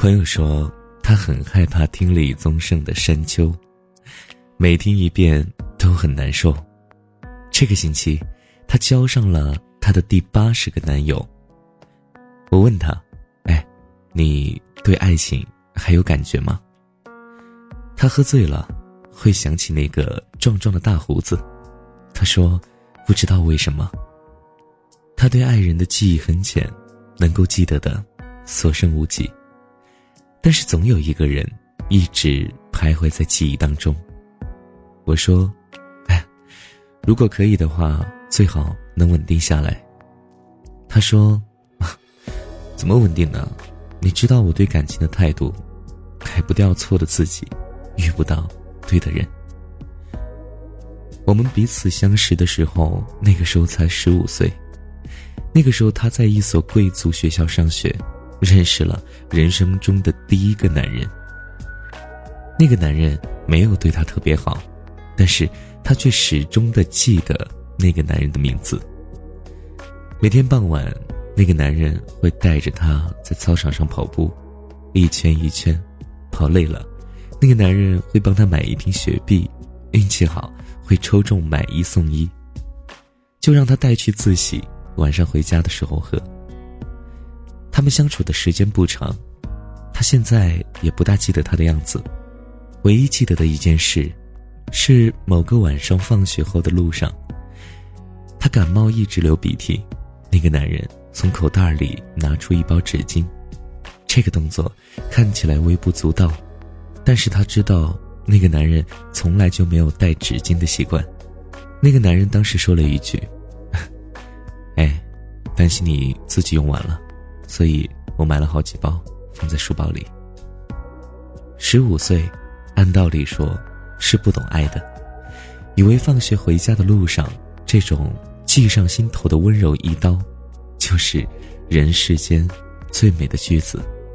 朋友说他很害怕听李宗盛的《山丘》，每听一遍都很难受。这个星期他交上了他的第80个男友。我问他，你对爱情还有感觉吗？他喝醉了，会想起那个壮壮的大胡子。他说不知道为什么，他对爱人的记忆很浅，能够记得的所剩无几，但是总有一个人一直徘徊在记忆当中。我说如果可以的话，最好能稳定下来。他说怎么稳定呢？你知道我对感情的态度，改不掉错的自己，遇不到对的人。我们彼此相识的时候，那个时候才15岁。那个时候他在一所贵族学校上学，认识了人生中的第一个男人。那个男人没有对他特别好，但是他却始终地记得那个男人的名字。每天傍晚，那个男人会带着他在操场上跑步，一圈一圈，跑累了，那个男人会帮他买一瓶雪碧，运气好会抽中买1送1，就让他带去自习，晚上回家的时候喝。他们相处的时间不长，他现在也不大记得他的样子，唯一记得的一件事是某个晚上放学后的路上，他感冒一直流鼻涕，那个男人从口袋里拿出一包纸巾。这个动作看起来微不足道，但是他知道那个男人从来就没有带纸巾的习惯。那个男人当时说了一句担心你自己用完了，所以我买了好几包放在书包里。15岁按道理说是不懂爱的，以为放学回家的路上，这种系上心头的温柔一刀，就是人世间最美的句子。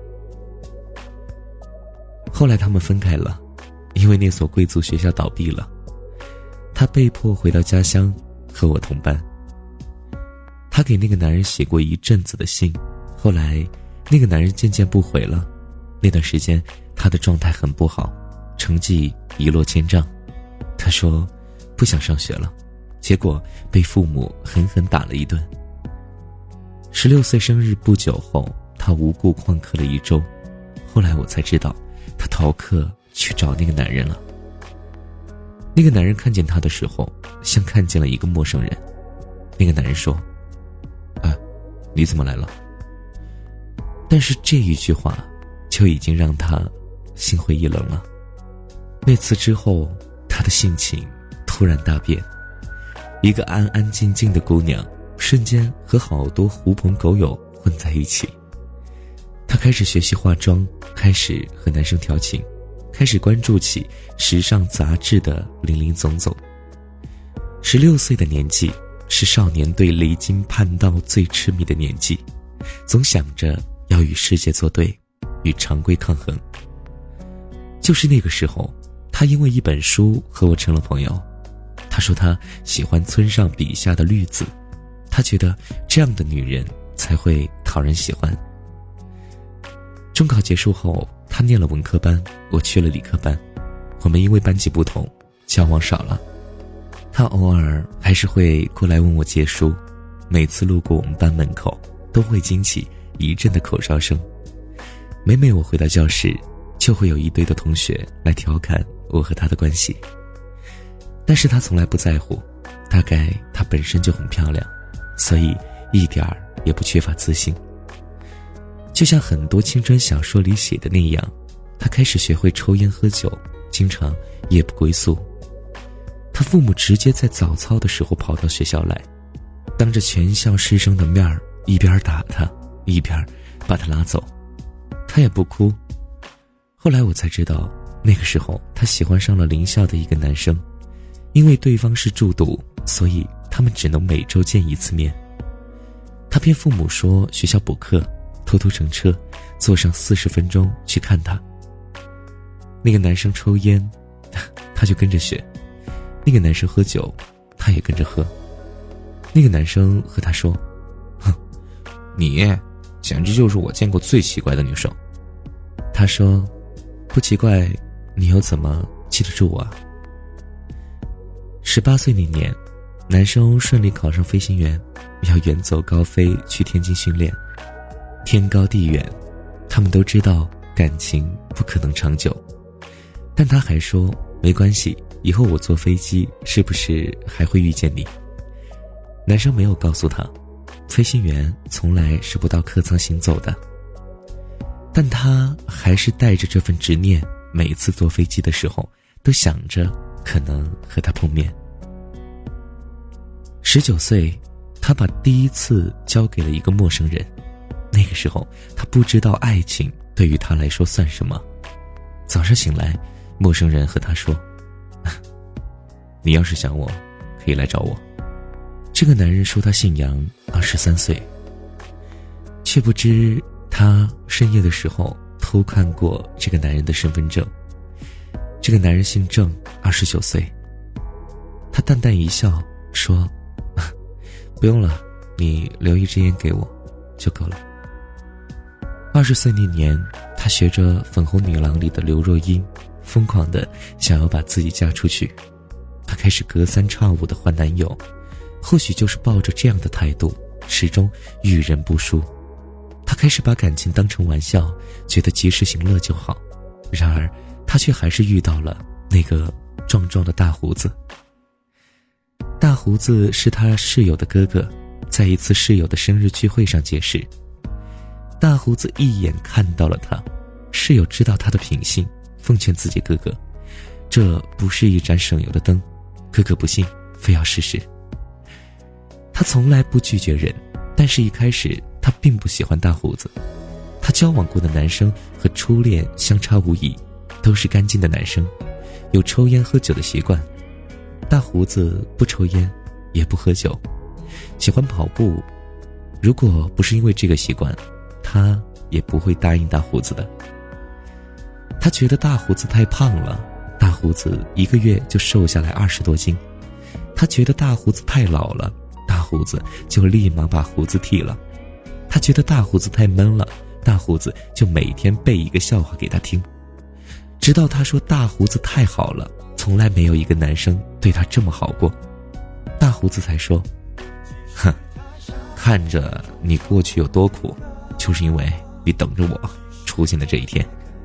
后来他们分开了，因为那所贵族学校倒闭了，他被迫回到家乡和我同班。他给那个男人写过一阵子的信，后来那个男人渐渐不回了。那段时间他的状态很不好，成绩一落千丈。他说不想上学了，结果被父母狠狠打了一顿。16岁生日不久后，他无故旷课了1周。后来我才知道，他逃课去找那个男人了。那个男人看见他的时候，像看见了一个陌生人。那个男人说你怎么来了？但是这一句话就已经让他心灰意冷了。那次之后，他的性情突然大变，一个安安静静的姑娘瞬间和好多狐朋狗友混在一起。他开始学习化妆，开始和男生调情，开始关注起时尚杂志的林林总总。16岁的年纪是少年对离经叛道最痴迷的年纪，总想着要与世界作对，与常规抗衡。就是那个时候，他因为一本书和我成了朋友。他说他喜欢村上笔下的绿子，他觉得这样的女人才会讨人喜欢。中考结束后，他念了文科班，我去了理科班。我们因为班级不同，交往少了。他偶尔还是会过来问我借书，每次路过我们班门口，都会惊起一阵的口哨声。每每我回到教室，就会有一堆的同学来调侃我和他的关系。但是他从来不在乎，大概他本身就很漂亮，所以一点儿也不缺乏自信。就像很多青春小说里写的那样，他开始学会抽烟喝酒，经常夜不归宿。他父母直接在早操的时候跑到学校来，当着全校师生的面儿，一边打他，一边把他拉走。他也不哭。后来我才知道，那个时候他喜欢上了邻校的一个男生，因为对方是住读，所以他们只能每周见1次面。他骗父母说学校补课，偷偷乘车坐上40分钟去看他。那个男生抽烟，他就跟着学；那个男生喝酒，他也跟着喝。那个男生和他说：“你简直就是我见过最奇怪的女生。” 他说，不奇怪，你又怎么记得住我？18岁那年，男生顺利考上飞行员，要远走高飞去天津训练。天高地远，他们都知道感情不可能长久，但他还说没关系，以后我坐飞机是不是还会遇见你？男生没有告诉他，飞行员从来是不到客舱行走的，但他还是带着这份执念，每次坐飞机的时候都想着可能和他碰面。19岁，他把第一次交给了一个陌生人。那个时候他不知道爱情对于他来说算什么。早上醒来，陌生人和他说，你要是想我，可以来找我。这个男人说他姓杨，23岁，却不知他深夜的时候偷看过这个男人的身份证。这个男人姓郑，29岁。他淡淡一笑说，不用了，你留一支烟给我就够了。20岁那年，他学着粉红女郎里的刘若英，疯狂地想要把自己嫁出去。他开始隔三差五地换男友，或许就是抱着这样的态度，始终遇人不淑。他开始把感情当成玩笑，觉得及时行乐就好。然而他却还是遇到了那个壮壮的大胡子。大胡子是他室友的哥哥，在一次室友的生日聚会上结识。大胡子一眼看到了他，室友知道他的品性，奉劝自己哥哥，这不是一盏省油的灯，哥哥不信，非要试试。他从来不拒绝人，但是一开始他并不喜欢大胡子。他交往过的男生和初恋相差无几，都是干净的男生，有抽烟喝酒的习惯。大胡子不抽烟，也不喝酒，喜欢跑步。如果不是因为这个习惯，他也不会答应大胡子的。他觉得大胡子太胖了，大胡子1个月就瘦下来20多斤。他觉得大胡子太老了，大胡子就立马把胡子剃了。他觉得大胡子太闷了，大胡子就每天背一个笑话给他听。直到他说大胡子太好了，从来没有一个男生对他这么好过，大胡子才说，哼，看着你过去有多苦，就是因为你等着我出现的这一天。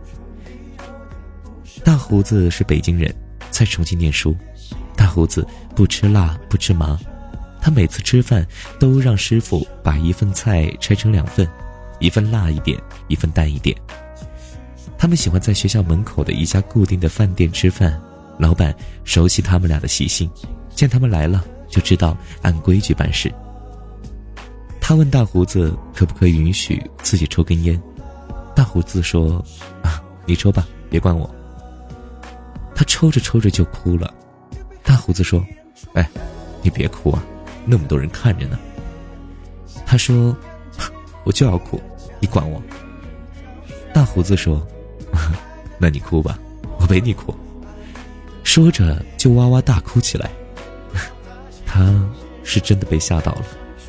大胡子是北京人，在重庆念书。大胡子不吃辣不吃麻，他每次吃饭都让师傅把一份菜拆成2份，一份辣一点，一份淡一点。他们喜欢在学校门口的一家固定的饭店吃饭，老板熟悉他们俩的习性，见他们来了就知道按规矩办事。他问大胡子可不可以允许自己抽根烟，大胡子说，你抽吧，别管我。他抽着抽着就哭了。大胡子说，你别哭啊，那么多人看着呢。他说，我就要哭，你管我。大胡子说，那你哭吧，我陪你哭。说着就哇哇大哭起来。他是真的被吓到了。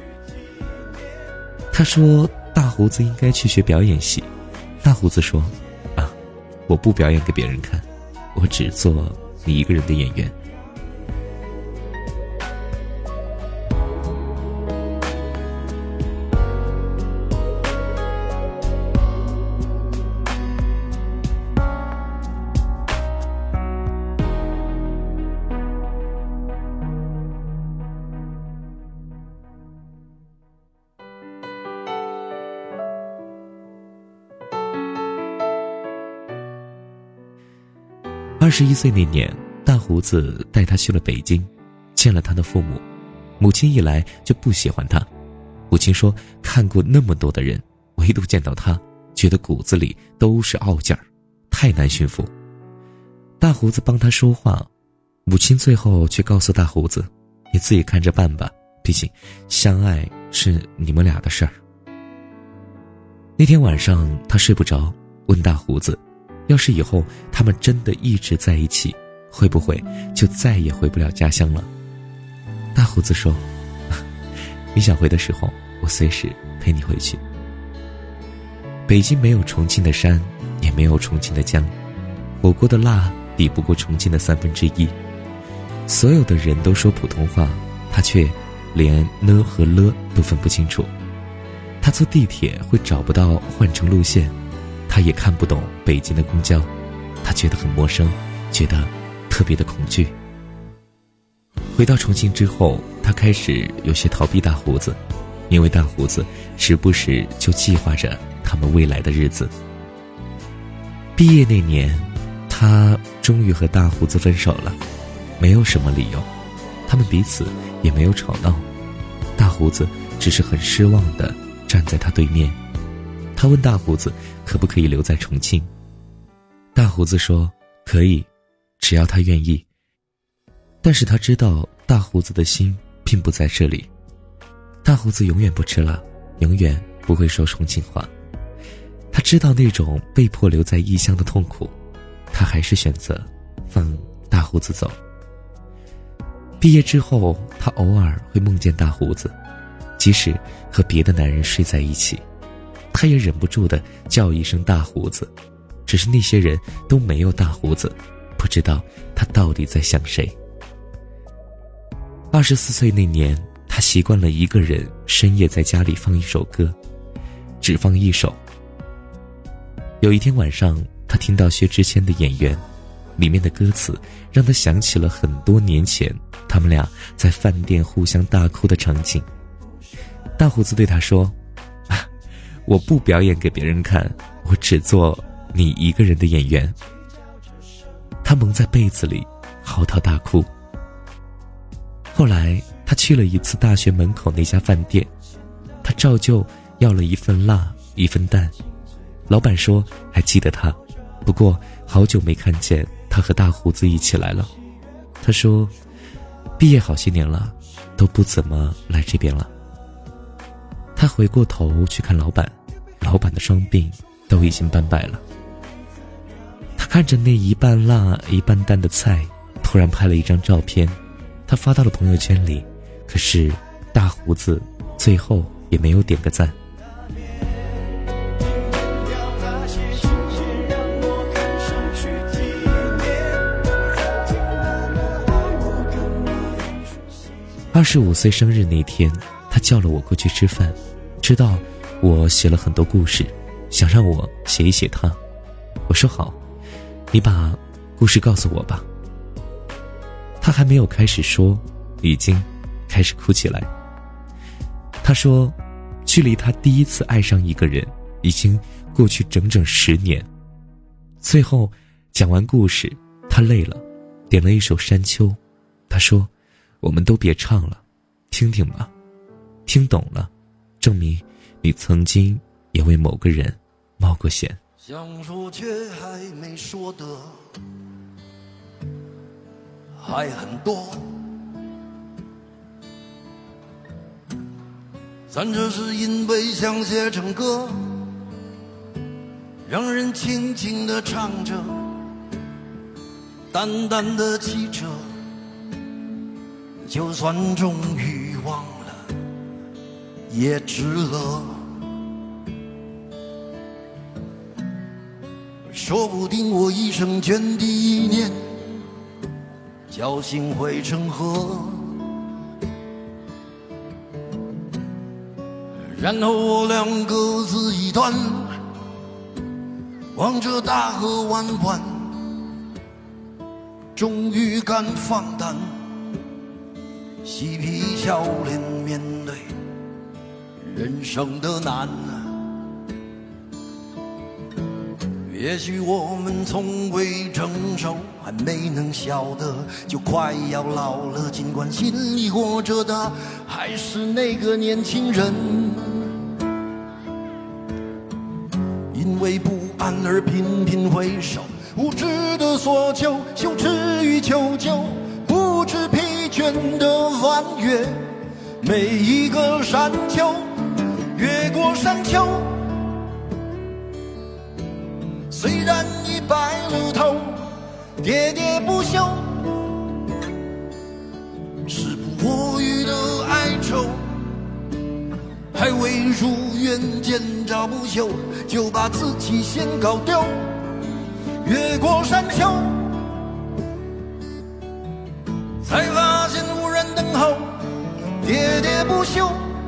他说大胡子应该去学表演系。大胡子说，我不表演给别人看，我只做你一个人的演员。21岁那年，大胡子带他去了北京，见了他的父母。母亲一来就不喜欢他，母亲说看过那么多的人，唯独见到他，觉得骨子里都是傲劲儿，太难驯服。大胡子帮他说话，母亲最后却告诉大胡子，你自己看着办吧，毕竟相爱是你们俩的事儿。那天晚上他睡不着，问大胡子，要是以后他们真的一直在一起，会不会就再也回不了家乡了？大胡子说，你想回的时候，我随时陪你回去。北京没有重庆的山，也没有重庆的姜，火锅的辣抵不过重庆的1/3。所有的人都说普通话，他却连呢和了都分不清楚。他坐地铁会找不到换乘路线，他也看不懂北京的公交，他觉得很陌生，觉得特别的恐惧。回到重庆之后，他开始有些逃避大胡子，因为大胡子时不时就计划着他们未来的日子。毕业那年，他终于和大胡子分手了，没有什么理由，他们彼此也没有吵闹。大胡子只是很失望地站在他对面，他问大胡子可不可以留在重庆。大胡子说可以，只要他愿意。但是他知道大胡子的心并不在这里，大胡子永远不吃辣，永远不会说重庆话。他知道那种被迫留在异乡的痛苦，他还是选择放大胡子走。毕业之后，他偶尔会梦见大胡子，即使和别的男人睡在一起，他也忍不住地叫一声大胡子。只是那些人都没有大胡子，不知道他到底在想谁。24岁那年，他习惯了一个人深夜在家里放一首歌，只放一首。有一天晚上，他听到薛之谦的《演员》，里面的歌词让他想起了很多年前他们俩在饭店互相大哭的场景。大胡子对他说，我不表演给别人看，我只做你一个人的演员。他蒙在被子里嚎啕大哭。后来他去了一次大学门口那家饭店，他照旧要了一份辣一份蛋。老板说还记得他，不过好久没看见他和大胡子一起来了。他说毕业好些年了，都不怎么来这边了。他回过头去看老板，老板的双鬓都已经斑白了。他看着那一半辣一半淡的菜，突然拍了一张照片，他发到了朋友圈里，可是大胡子最后也没有点个赞。25岁生日那天，他叫了我过去吃饭，知道我写了很多故事，想让我写一写他。我说好，你把故事告诉我吧。他还没有开始说，已经开始哭起来。他说距离他第一次爱上一个人已经过去整整10年。最后讲完故事，他累了，点了一首《山丘》。他说我们都别唱了，听听吧，听懂了，证明你曾经也为某个人冒过险。 想说却还没说的还很多，咱这是因为想写成歌，让人轻轻地唱着，淡淡的记着，就算终于忘了也值了。说不定我一生涓滴一念，侥幸汇成河，然后我俩各自一端，望着大河弯弯，终于敢放胆，嬉皮笑脸面对人生的难。也许我们从未成熟，还没能晓得就快要老了，尽管心里活着的还是那个年轻人。因为不安而频频回首，无知的索求，羞耻与求救，不知疲倦的翻越每一个山丘，越过山丘，虽然已白了头，喋喋不休，时不我予的哀愁，还未如愿见着不朽，就把自己先搞丢。 越过山丘，才发现无人等候，喋喋不休，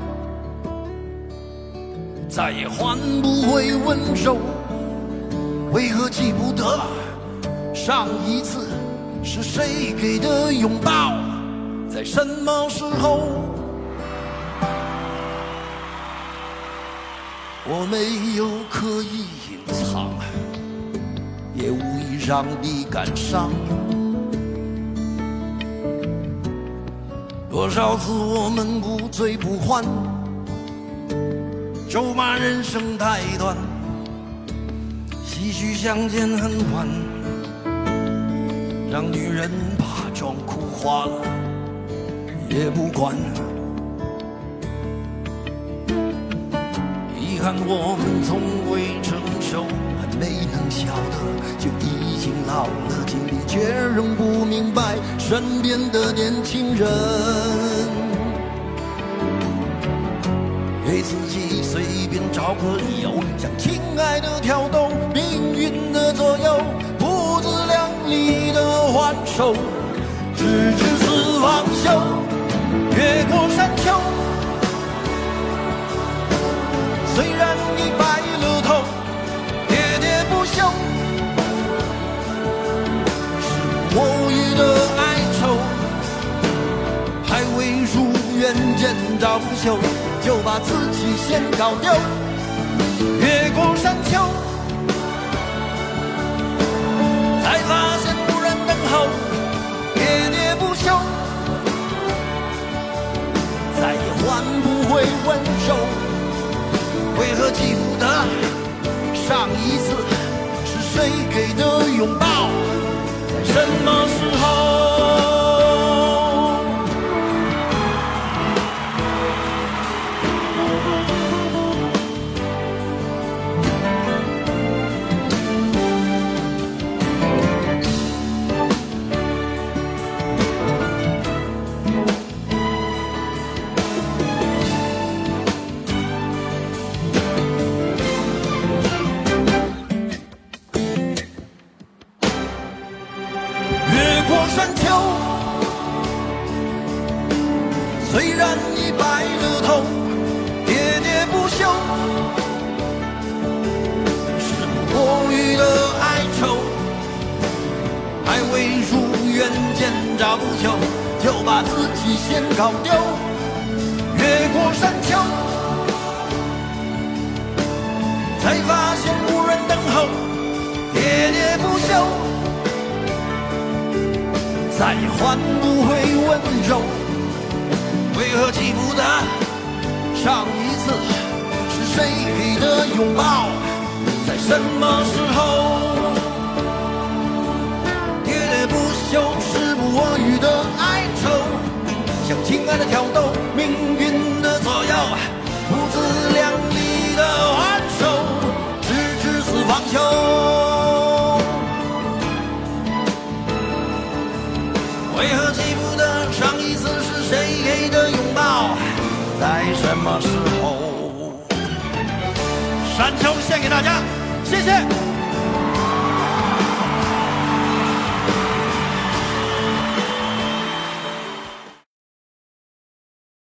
再也换不回温柔。为何记不得上一次是谁给的拥抱，在什么时候？我没有刻意隐藏，也无意让你感伤。多少次我们不醉不欢，咒骂人生太短，唏嘘相见恨晚，让女人把妆哭花了也不管。遗憾我们从未成熟，还没能晓得就已经老了，经历却仍不明白身边的年轻人。给自己随便找个理由，向亲爱的挑逗，命运的左右，不自量力的还手，直至死方休，越过山丘。虽然你白了头，喋喋不休，是我予的哀愁，还未如愿见着不朽，就把自己先搞丢。越过山丘，才发现无人等候，喋喋不休，再也换不回温柔。为何记不得上一次是谁给的拥抱，在什么时候？山丘，虽然已白了头，喋喋不休，是我予的哀愁，还未如愿见着不朽，就把自己先搞丢。越过山丘，才发现无人等候，喋喋不休，再也换不回温柔。为何记不得上一次是谁给的拥抱，在什么时候？喋喋不休是我予的哀愁，向情爱的挑逗，命运的左右，不自量力的还手，直至死方休。为何记不得上一次是谁给的拥抱，在什么时候？山丘献给大家，谢谢。